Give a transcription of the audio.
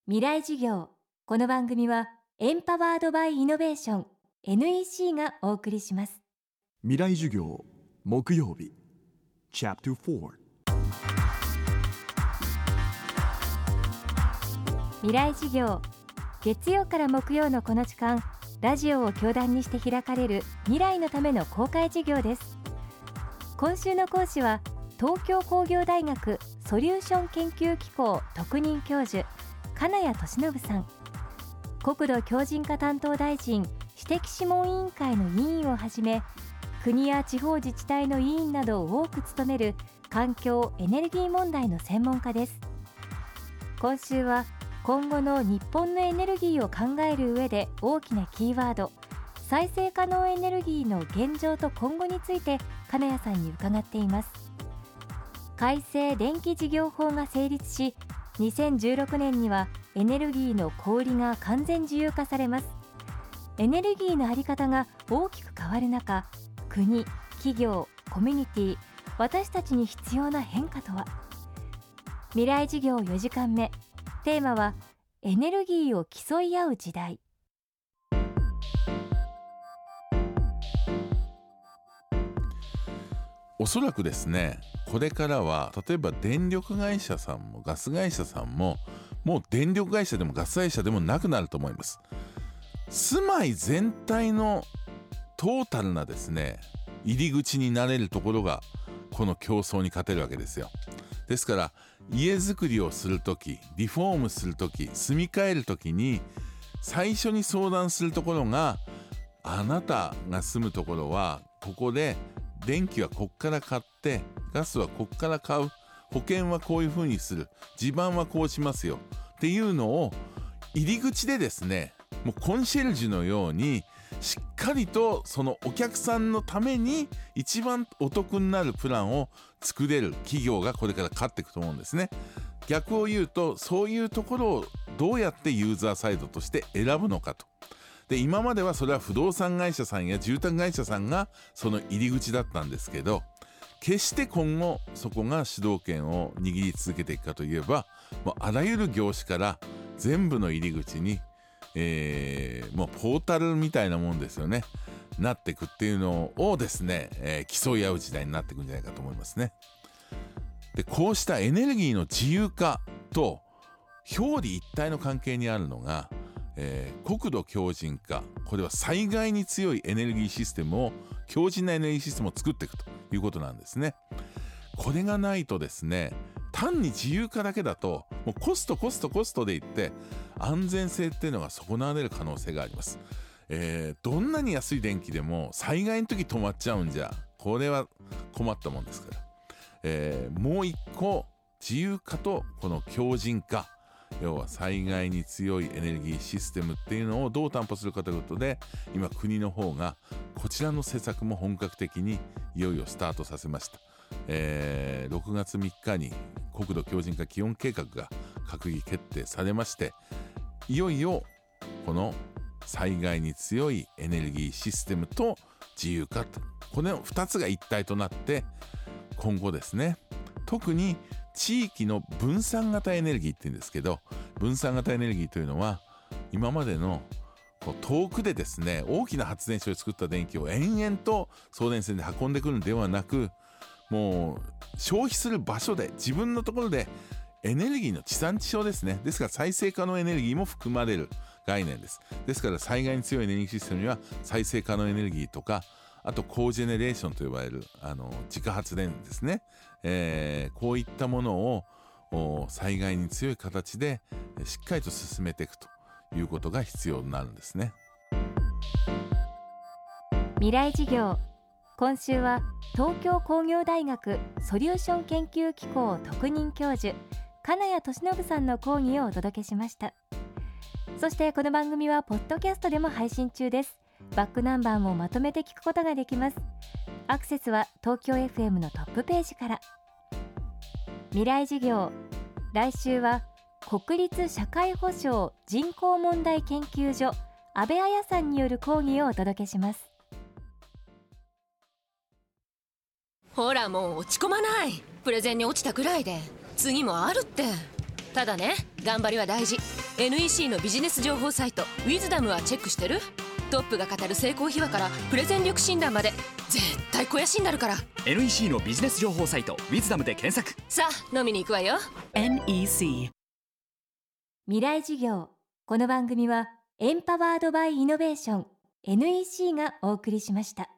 未来授業。この番組はエンパワードバイイノベーション NEC がお送りします。 未来授業木曜日 Chapter 4。 未来授業、月曜から木曜のこの時間、ラジオを教壇にして開かれる未来のための公開授業です。今週の講師は東京工業大学ソリューション研究機構特任教授金谷俊信さん、国土強靭化担当大臣私的諮問委員会の委員をはじめ、国や地方自治体の委員などを多く務める環境・エネルギー問題の専門家です。今週は今後の日本のエネルギーを考える上で大きなキーワード、再生可能エネルギーの現状と今後について金谷さんに伺っています。改正電気事業法が成立し、2016年にはエネルギーの小売りが完全自由化されます。エネルギーの在り方が大きく変わる中、国、企業、コミュニティ、私たちに必要な変化とは。未来事業4時間目、テーマはエネルギーを競い合う時代。 おそらくですね、これからは例えば電力会社さんもガス会社さんももう電力会社でもガス会社でもなくなると思います。住まい全体のトータルなですね、入り口になれるところがこの競争に勝てるわけですよ。ですから家づくりをするとき、リフォームするとき、住み替えるときに最初に相談するところが、あなたが住むところはここで電気はこっから買って、ガスはこっから買う、保険はこういう風にする、地盤はこうしますよっていうのを入り口でですね、もうコンシェルジュのようにしっかりとそのお客さんのために一番お得になるプランを作れる企業がこれから勝っていくと思うんですね。逆を言うと、そういうところをどうやってユーザーサイドとして選ぶのかと。で、今まではそれは不動産会社さんや住宅会社さんがその入り口だったんですけど、決して今後そこが主導権を握り続けていくかといえば、もうあらゆる業種から全部の入り口に、もうポータルみたいなもんですよね、なっていくっていうのをですね、競い合う時代になっていくんじゃないかと思いますね。で、こうしたエネルギーの自由化と表裏一体の関係にあるのが、国土強靭化。これは災害に強いエネルギーシステムを、強靭なエネルギーシステムを作っていくということなんですね。これがないとですね、単に自由化だけだともうコストでいって安全性っていうのが損なわれる可能性があります。どんなに安い電気でも災害の時止まっちゃうんじゃ、これは困ったもんですから、もう一個自由化とこの強靭化、要は災害に強いエネルギーシステムっていうのをどう担保するかということで、今国の方がこちらの施策も本格的にいよいよスタートさせました。6月3日に国土強靭化基本計画が閣議決定されまして、いよいよこの災害に強いエネルギーシステムと自由化と、この2つが一体となって今後ですね、特に地域の分散型エネルギーって言うんですけど、分散型エネルギーというのは今までの遠くでですね、大きな発電所で作った電気を延々と送電線で運んでくるんではなく、もう消費する場所で自分のところでエネルギーの地産地消ですね。ですから再生可能エネルギーも含まれる概念です。ですから災害に強いエネルギーシステムには再生可能エネルギーとか、あとコージェネレーションと呼ばれる自家発電ですね、こういったものを災害に強い形でしっかりと進めていくということが必要になるんですね。 未来事業。今週は東京工業大学ソリューション研究機構特任教授金谷俊信さんの講義をお届けしました。そしてこの番組はポッドキャストでも配信中です。バックナンバーもまとめて聞くことができます。アクセスは東京 FM のトップページから。未来事業。来週は国立社会保障人口問題研究所安倍彩さんによる講義をお届けします。 ほらもう落ち込まない。プレゼンに落ちたくらいで次もあるって。 ただね、頑張りは大事。 NEC のビジネス情報サイトウィズダムはチェックしてる？トップが語る成功秘話からプレゼン力診断まで絶対肥やしになるから。 NEC のビジネス情報サイトウィズダムで検索。 さあ飲みに行くわよ。 NEC。 未来事業。この番組はエンパワードバイイノベーション NEC がお送りしました。